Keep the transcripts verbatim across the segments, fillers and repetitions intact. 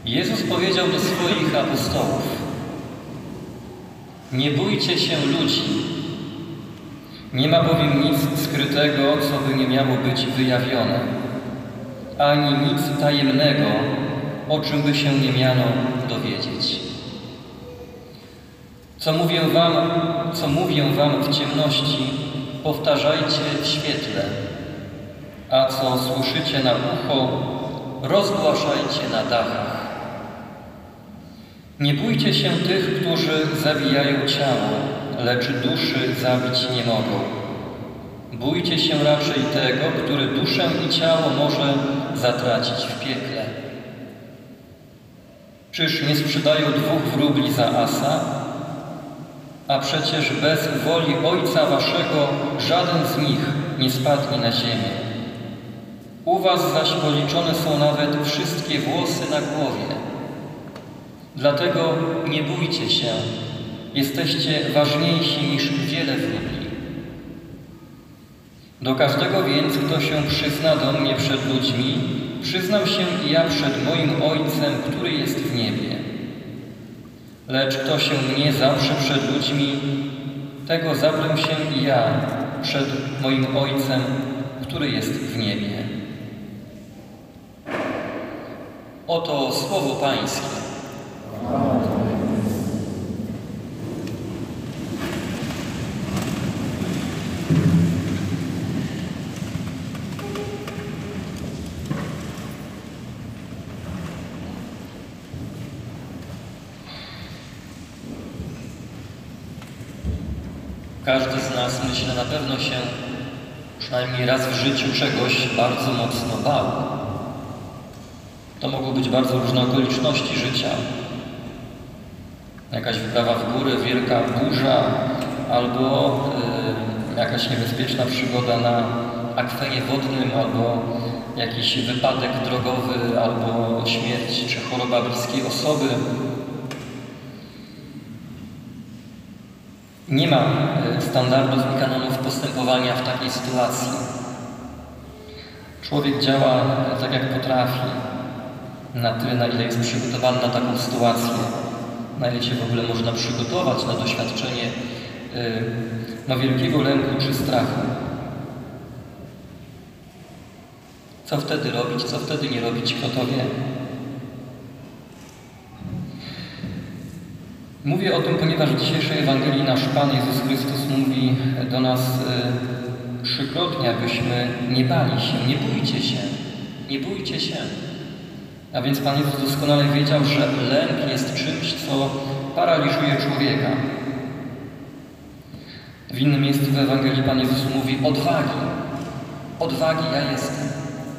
Jezus powiedział do swoich apostołów: nie bójcie się ludzi. Nie ma bowiem nic skrytego, co by nie miało być wyjawione, ani nic tajemnego, o czym by się nie miano dowiedzieć. Co mówię wam, co mówię wam w ciemności, powtarzajcie w świetle, a co słyszycie na ucho, rozgłaszajcie na dachach. Nie bójcie się tych, którzy zabijają ciało, lecz duszy zabić nie mogą. Bójcie się raczej tego, który duszę i ciało może zatracić w piekle. Czyż nie sprzedają dwóch wróbli za asa? A przecież bez woli Ojca waszego żaden z nich nie spadnie na ziemię. U was zaś policzone są nawet wszystkie włosy na głowie. Dlatego nie bójcie się, jesteście ważniejsi niż wiele wróbli. Do każdego więc, kto się przyzna do mnie przed ludźmi, przyznam się i ja przed moim Ojcem, który jest w niebie. Lecz kto się mnie zaprze przed ludźmi, tego zaprę się i ja przed moim Ojcem, który jest w niebie. Oto słowo Pańskie. Każdy z nas, myślę, na pewno się przynajmniej raz w życiu czegoś bardzo mocno bał. To mogą być bardzo różne okoliczności życia. Jakaś wyprawa w górę, wielka burza, albo y, jakaś niebezpieczna przygoda na akwenie wodnym, albo jakiś wypadek drogowy, albo śmierć czy choroba bliskiej osoby. Nie ma standardów i kanonów postępowania w takiej sytuacji. Człowiek działa tak, jak potrafi, na tyle, na ile jest przygotowany na taką sytuację, na ile się w ogóle można przygotować na doświadczenie no, wielkiego lęku czy strachu. Co wtedy robić, co wtedy nie robić, kto to wie? Mówię o tym, ponieważ w dzisiejszej Ewangelii nasz Pan Jezus Chrystus mówi do nas y, trzykrotnie, abyśmy nie bali się, nie bójcie się, nie bójcie się. A więc Pan Jezus doskonale wiedział, że lęk jest czymś, co paraliżuje człowieka. W innym miejscu w Ewangelii Pan Jezus mówi: odwagi, odwagi ja jestem.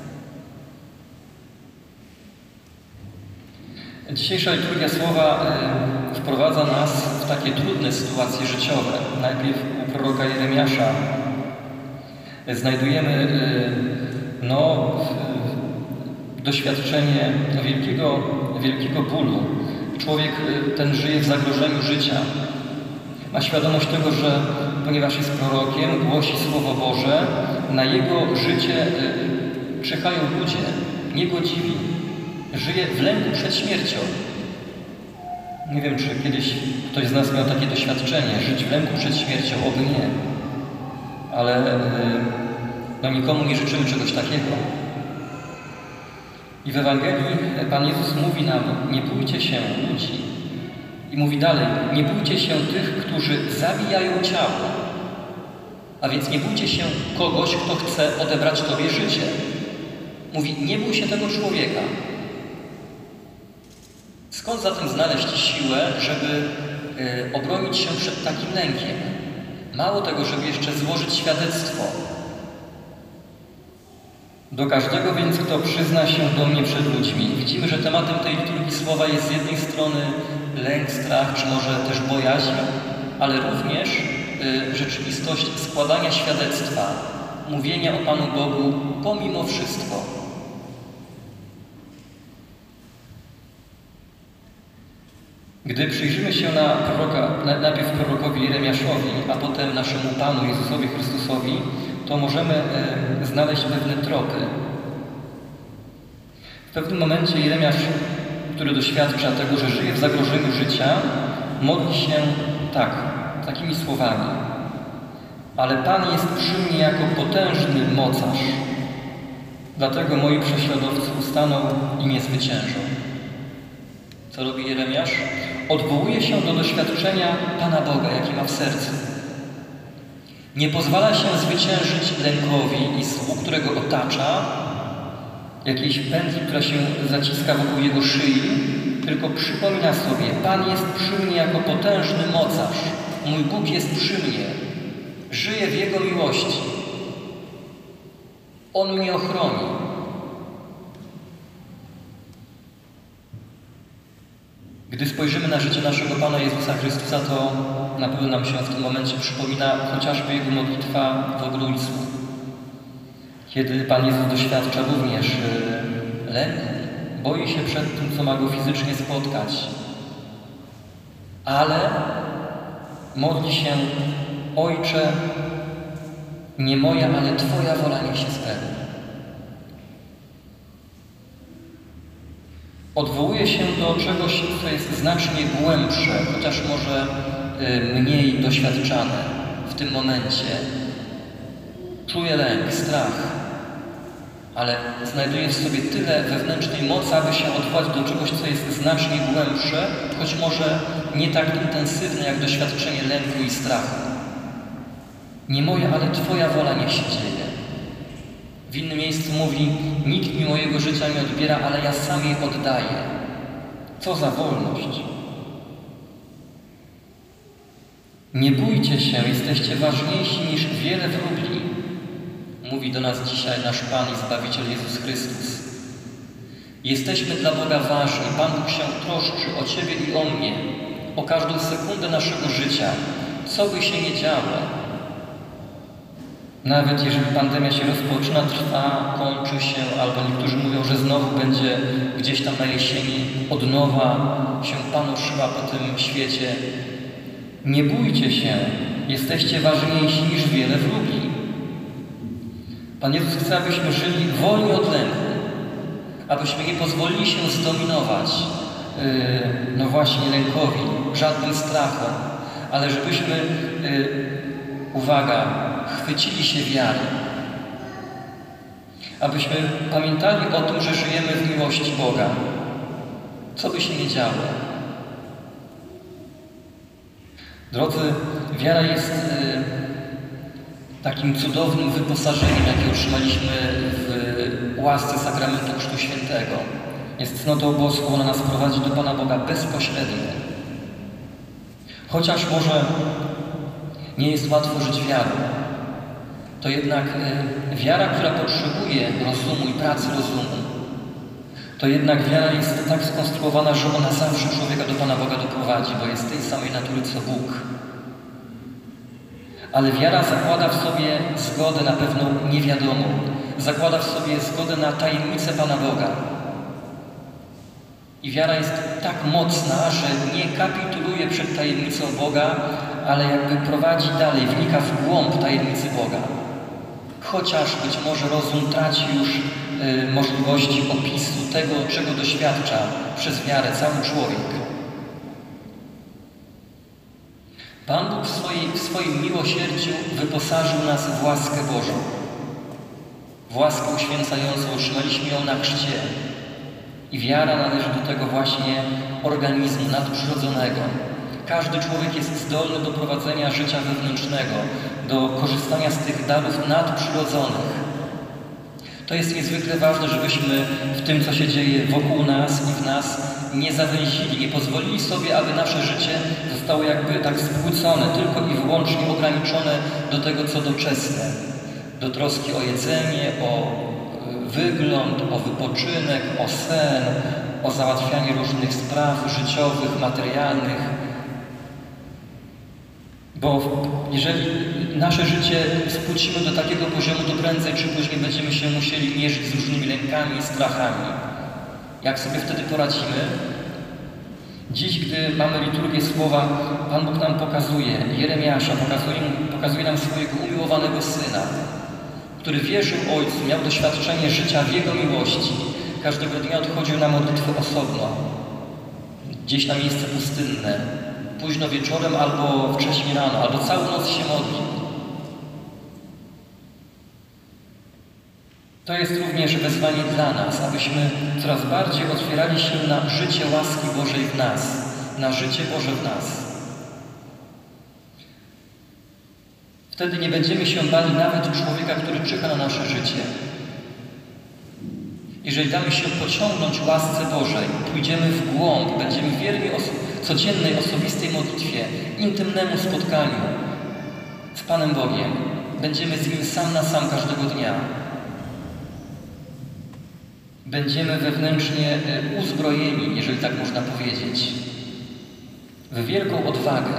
Dzisiejsza liturgia słowa y, wprowadza nas w takie trudne sytuacje życiowe. Najpierw u proroka Jeremiasza znajdujemy y, no, y, doświadczenie wielkiego, wielkiego bólu. Człowiek y, ten żyje w zagrożeniu życia. Ma świadomość tego, że ponieważ jest prorokiem, głosi Słowo Boże, na jego życie y, czyhają ludzie, niegodziwi. Żyje w lęku przed śmiercią. Nie wiem, czy kiedyś ktoś z nas miał takie doświadczenie, żyć w lęku przed śmiercią, oby nie. Ale no, nikomu nie życzymy czegoś takiego. I w Ewangelii Pan Jezus mówi nam: nie bójcie się ludzi. I mówi dalej: nie bójcie się tych, którzy zabijają ciało. A więc nie bójcie się kogoś, kto chce odebrać tobie życie. Mówi: nie bój się tego człowieka. Skąd zatem znaleźć siłę, żeby y, obronić się przed takim lękiem? Mało tego, żeby jeszcze złożyć świadectwo. Do każdego więc, kto przyzna się do mnie przed ludźmi. Widzimy, że tematem tej liturgii słowa jest z jednej strony lęk, strach, czy może też bojaźń, ale również y, rzeczywistość składania świadectwa, mówienia o Panu Bogu pomimo wszystko. Gdy przyjrzymy się na proroka, najpierw prorokowi Jeremiaszowi, a potem naszemu Panu Jezusowi Chrystusowi, to możemy e, znaleźć pewne tropy. W pewnym momencie Jeremiasz, który który doświadcza tego, że żyje w zagrożeniu życia, modli się tak, takimi słowami: ale Pan jest przy mnie jako potężny mocarz. Dlatego moi prześladowcy ustaną i nie zwyciężą. Co robi Jeremiasz? Odwołuje się do doświadczenia Pana Boga, jaki ma w sercu. Nie pozwala się zwyciężyć lękowi i złu, którego otacza, jakiejś pętli, która się zaciska wokół jego szyi, tylko przypomina sobie: Pan jest przy mnie jako potężny mocarz. Mój Bóg jest przy mnie. Żyję w Jego miłości. On mnie ochroni. Gdy spojrzymy na życie naszego Pana Jezusa Chrystusa, to na pewno nam się w tym momencie przypomina chociażby Jego modlitwa w Ogrójcu, kiedy Pan Jezus doświadcza również lęku, boi się przed tym, co ma Go fizycznie spotkać, ale modli się: Ojcze, nie moja, ale Twoja wola niech się spełni. Odwołuje się do czegoś, co jest znacznie głębsze, chociaż może y, mniej doświadczane w tym momencie. Czuje lęk, strach, ale znajduje w sobie tyle wewnętrznej mocy, aby się odwołać do czegoś, co jest znacznie głębsze, choć może nie tak intensywne jak doświadczenie lęku i strachu. Nie moja, ale Twoja wola niech się dzieje. W innym miejscu mówi: nikt mi mojego życia nie odbiera, ale ja sam je oddaję. Co za wolność! Nie bójcie się, jesteście ważniejsi niż wiele wróbli. Mówi do nas dzisiaj nasz Pan i Zbawiciel Jezus Chrystus. Jesteśmy dla Boga ważni. Pan Bóg się troszczy o Ciebie i o mnie, o każdą sekundę naszego życia, co by się nie działo. Nawet jeżeli pandemia się rozpoczyna, trwa, kończy się, albo niektórzy mówią, że znowu będzie gdzieś tam na jesieni od nowa się panoszyła po tym świecie. Nie bójcie się, jesteście ważniejsi niż wiele wróbli. Pan Jezus chce, abyśmy żyli wolni od lęku, abyśmy nie pozwolili się zdominować, yy, no właśnie, lękowi, żadnym strachom, ale żebyśmy, yy, uwaga, chwycili się wiary. Abyśmy pamiętali o tym, że żyjemy w miłości Boga, co by się nie działo. Drodzy, wiara jest y, takim cudownym wyposażeniem, jakie otrzymaliśmy w łasce sakramentu Chrztu Świętego. Jest cnotą boską, ona nas prowadzi do Pana Boga bezpośrednio. Chociaż może nie jest łatwo żyć wiarą, to jednak y, wiara, która potrzebuje rozumu i pracy rozumu, to jednak wiara jest tak skonstruowana, że ona zawsze człowieka do Pana Boga doprowadzi, bo jest tej samej natury co Bóg. Ale wiara zakłada w sobie zgodę na pewną niewiadomą, zakłada w sobie zgodę na tajemnicę Pana Boga. I wiara jest tak mocna, że nie kapituluje przed tajemnicą Boga, ale jakby prowadzi dalej, wnika w głąb tajemnicy Boga. Chociaż być może rozum traci już y, możliwości opisu tego, czego doświadcza przez wiarę cały człowiek. Pan Bóg w, swojej, w swoim miłosierdziu wyposażył nas w łaskę Bożą. W łaskę uświęcającą otrzymaliśmy ją na chrzcie. I wiara należy do tego właśnie organizmu nadprzyrodzonego. Każdy człowiek jest zdolny do prowadzenia życia wewnętrznego, do korzystania z tych darów nadprzyrodzonych. To jest niezwykle ważne, żebyśmy w tym, co się dzieje wokół nas i w nas, nie zawęzili, nie pozwolili sobie, aby nasze życie zostało jakby tak spłycone, tylko i wyłącznie ograniczone do tego, co doczesne. Do troski o jedzenie, o wygląd, o wypoczynek, o sen, o załatwianie różnych spraw życiowych, materialnych. Bo jeżeli nasze życie spłucimy do takiego poziomu, to prędzej czy później będziemy się musieli mierzyć z różnymi lękami i strachami. Jak sobie wtedy poradzimy? Dziś, gdy mamy liturgię słowa, Pan Bóg nam pokazuje, Jeremiasza pokazuje, pokazuje nam swojego umiłowanego Syna, który wierzył Ojcu, miał doświadczenie życia w Jego miłości. Każdego dnia odchodził na modlitwę osobno. gdzieś na miejsce pustynne, późno wieczorem albo wcześnie rano, albo całą noc się modlił. To jest również wezwanie dla nas, abyśmy coraz bardziej otwierali się na życie łaski Bożej w nas, na życie Boże w nas. Wtedy nie będziemy się bali nawet człowieka, który czyha na nasze życie. Jeżeli damy się pociągnąć łasce Bożej, pójdziemy w głąb, będziemy wierni oso- codziennej, osobistej modlitwie, intymnemu spotkaniu z Panem Bogiem, będziemy z Nim sam na sam każdego dnia. Będziemy wewnętrznie uzbrojeni, jeżeli tak można powiedzieć, w wielką odwagę.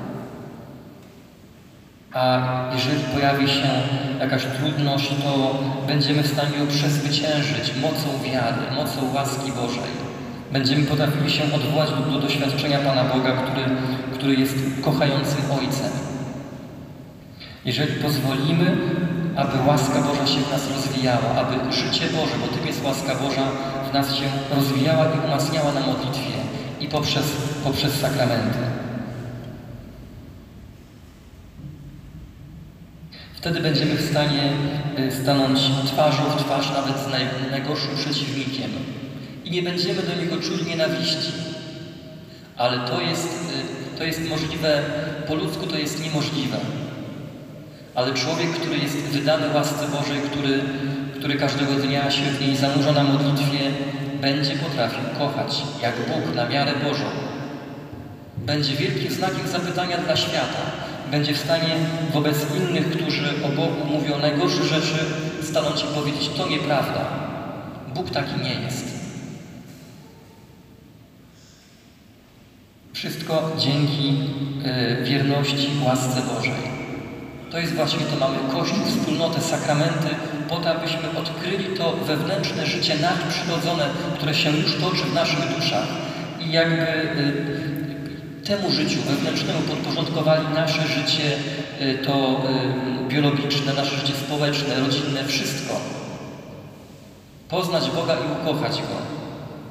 A jeżeli pojawi się jakaś trudność, to będziemy w stanie ją przezwyciężyć mocą wiary, mocą łaski Bożej. Będziemy potrafili się odwołać do, do doświadczenia Pana Boga, który, który jest kochającym Ojcem. Jeżeli pozwolimy, aby łaska Boża się w nas rozwijała, aby życie Boże, bo tym jest łaska Boża, w nas się rozwijała i umacniała na modlitwie i poprzez, poprzez sakramenty. Wtedy będziemy w stanie stanąć twarzą w twarz nawet z naj, najgorszym przeciwnikiem i nie będziemy do niego czuli nienawiści. Ale to jest, to jest możliwe, po ludzku to jest niemożliwe. Ale człowiek, który jest wydany łasce Bożej, który, który każdego dnia się w niej zanurza na modlitwie, będzie potrafił kochać jak Bóg na miarę Bożą. Będzie wielkim znakiem zapytania dla świata. Będzie w stanie wobec innych, którzy o Bogu mówią najgorsze rzeczy, stanąć i powiedzieć: to nieprawda. Bóg taki nie jest. Wszystko dzięki y, wierności, łasce Bożej. To jest właśnie to, mamy Kościół, wspólnotę, sakramenty, po to, abyśmy odkryli to wewnętrzne życie nadprzyrodzone, które się już toczy w naszych duszach i jakby y, temu życiu wewnętrznemu podporządkowali nasze życie, y, to y, biologiczne, nasze życie społeczne, rodzinne, wszystko. Poznać Boga i ukochać Go.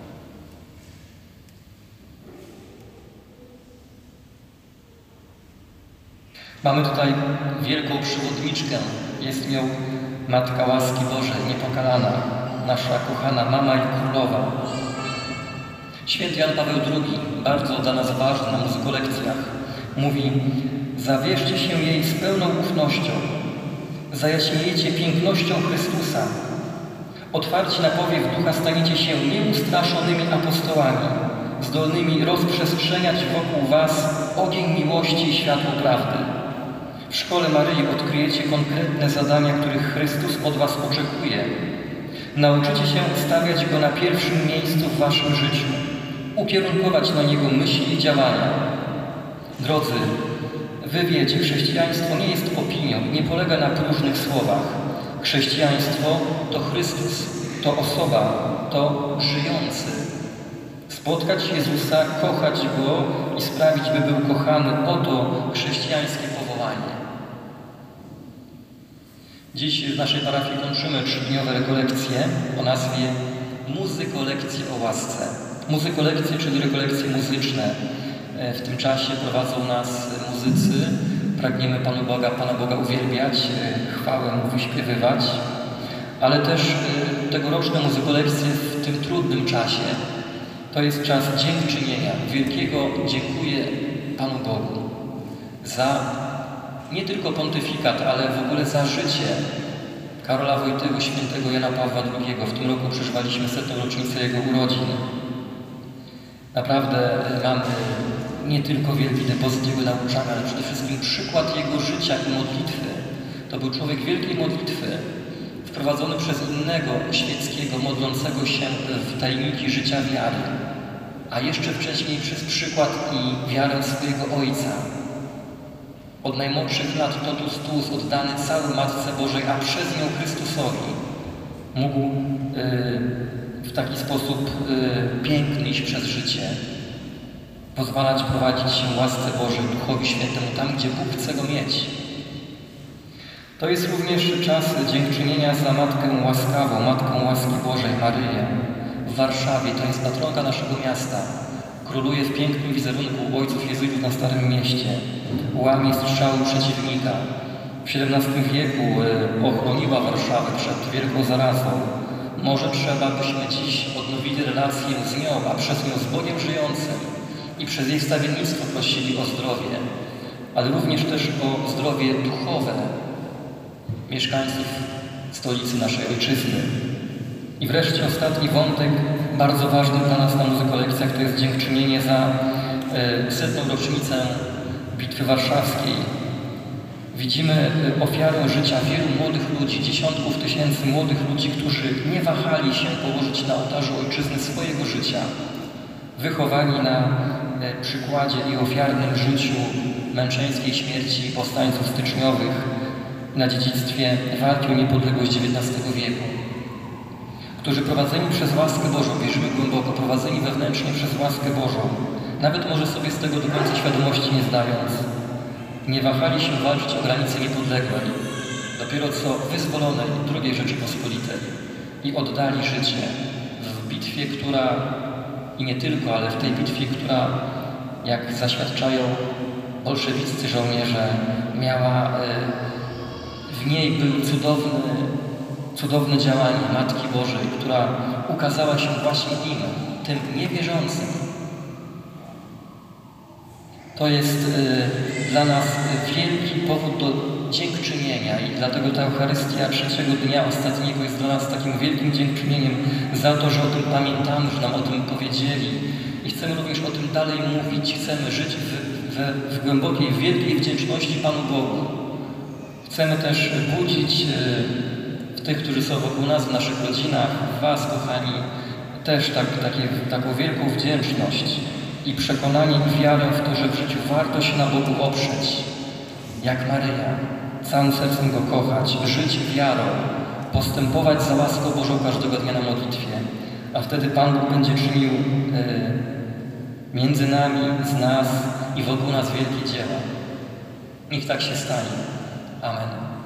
Mamy tutaj wielką przewodniczkę. Jest nią Matka łaski Bożej, niepokalana, nasza kochana Mama i Królowa. Święty Jan Paweł drugi, bardzo dla nas ważny na muzykolekcjach, mówi: zawierzcie się jej z pełną ufnością, zajaśniejecie pięknością Chrystusa, otwarci na powiew ducha staniecie się nieustraszonymi apostołami, zdolnymi rozprzestrzeniać wokół was ogień miłości i światło prawdy. W szkole Maryi odkryjecie konkretne zadania, których Chrystus od was oczekuje. Nauczycie się stawiać Go na pierwszym miejscu w waszym życiu, ukierunkować na Niego myśli i działania. Drodzy, wy wiecie, chrześcijaństwo nie jest opinią, nie polega na próżnych słowach. Chrześcijaństwo to Chrystus, to osoba, to żyjący. Spotkać Jezusa, kochać Go i sprawić, by był kochany. Oto chrześcijańskie powołanie. Dziś w naszej parafii kończymy trzydniowe rekolekcje o nazwie Muzykolekcje o łasce. Muzykolekcje, czyli rekolekcje muzyczne. W tym czasie prowadzą nas muzycy. Pragniemy Panu Boga, Pana Boga uwielbiać, chwałę Mu wyśpiewywać, ale też tegoroczne muzykolekcje w tym trudnym czasie to jest czas dziękczynienia. Wielkiego dziękuję Panu Bogu za nie tylko pontyfikat, ale w ogóle za życie Karola Wojtyły, świętego Jana Pawła drugiego. W tym roku przeżywaliśmy setną rocznicę jego urodzin. Naprawdę mamy nie tylko wielki depozyt jego nauczania, ale przede wszystkim przykład jego życia i modlitwy. To był człowiek wielkiej modlitwy, wprowadzony przez innego świeckiego, modlącego się w tajniki życia wiary, a jeszcze wcześniej przez przykład i wiarę swojego ojca. Od najmłodszych lat totus tuus oddany cały Matce Bożej, a przez nią Chrystusowi, mógł yy, w taki sposób yy, piękny iść przez życie, pozwalać prowadzić się łasce Bożej, Duchowi Świętemu tam, gdzie Bóg chce go mieć. To jest również czas dziękczynienia za Matkę łaskawą, Matkę łaski Bożej, Maryję w Warszawie. To jest patronka naszego miasta, króluje w pięknym wizerunku ojców jezuitów na Starym Mieście, łamie strzały przeciwnika. W siedemnastym wieku ochroniła Warszawę przed wielką zarazą. Może trzeba byśmy dziś odnowili relację z nią, a przez nią z Bogiem żyjącym i przez jej wstawiennictwo prosili o zdrowie, ale również też o zdrowie duchowe mieszkańców stolicy naszej ojczyzny. I wreszcie ostatni wątek, bardzo ważny dla nas na muzykolekcjach, to jest dziękczynienie za y, setną rocznicę Bitwy Warszawskiej. Widzimy ofiarę życia wielu młodych ludzi, dziesiątków tysięcy młodych ludzi, którzy nie wahali się położyć na ołtarzu ojczyzny swojego życia, wychowani na y, przykładzie i ofiarnym życiu męczeńskiej śmierci powstańców styczniowych, na dziedzictwie walki o niepodległość dziewiętnastego wieku, którzy prowadzeni przez łaskę Bożą, wierzymy głęboko, prowadzeni wewnętrznie przez łaskę Bożą, nawet może sobie z tego do końca świadomości nie zdając, nie wahali się walczyć o granice niepodległej, dopiero co wyzwolonej drugiej Rzeczypospolitej i oddali życie w bitwie, która, i nie tylko, ale w tej bitwie, która, jak zaświadczają bolszewiccy żołnierze, miała, w niej był cudowny, cudowne działanie Matki Bożej, która ukazała się właśnie im, tym niewierzącym. To jest y, dla nas wielki powód do dziękczynienia i dlatego ta Eucharystia trzeciego dnia ostatniego jest dla nas takim wielkim dziękczynieniem za to, że o tym pamiętamy, że nam o tym powiedzieli i chcemy również o tym dalej mówić. Chcemy żyć w, w, w głębokiej, wielkiej wdzięczności Panu Bogu. Chcemy też budzić y, w tych, którzy są wokół nas, w naszych rodzinach, w Was, kochani, też tak, takie, taką wielką wdzięczność i przekonanie i wiarę w to, że w życiu warto się na Bogu oprzeć, jak Maryja, całym sercem Go kochać, żyć wiarą, postępować za łaską Bożą każdego dnia na modlitwie, a wtedy Pan Bóg będzie czynił y, między nami, z nas i wokół nas wielkie dzieła. Niech tak się stanie. Amen.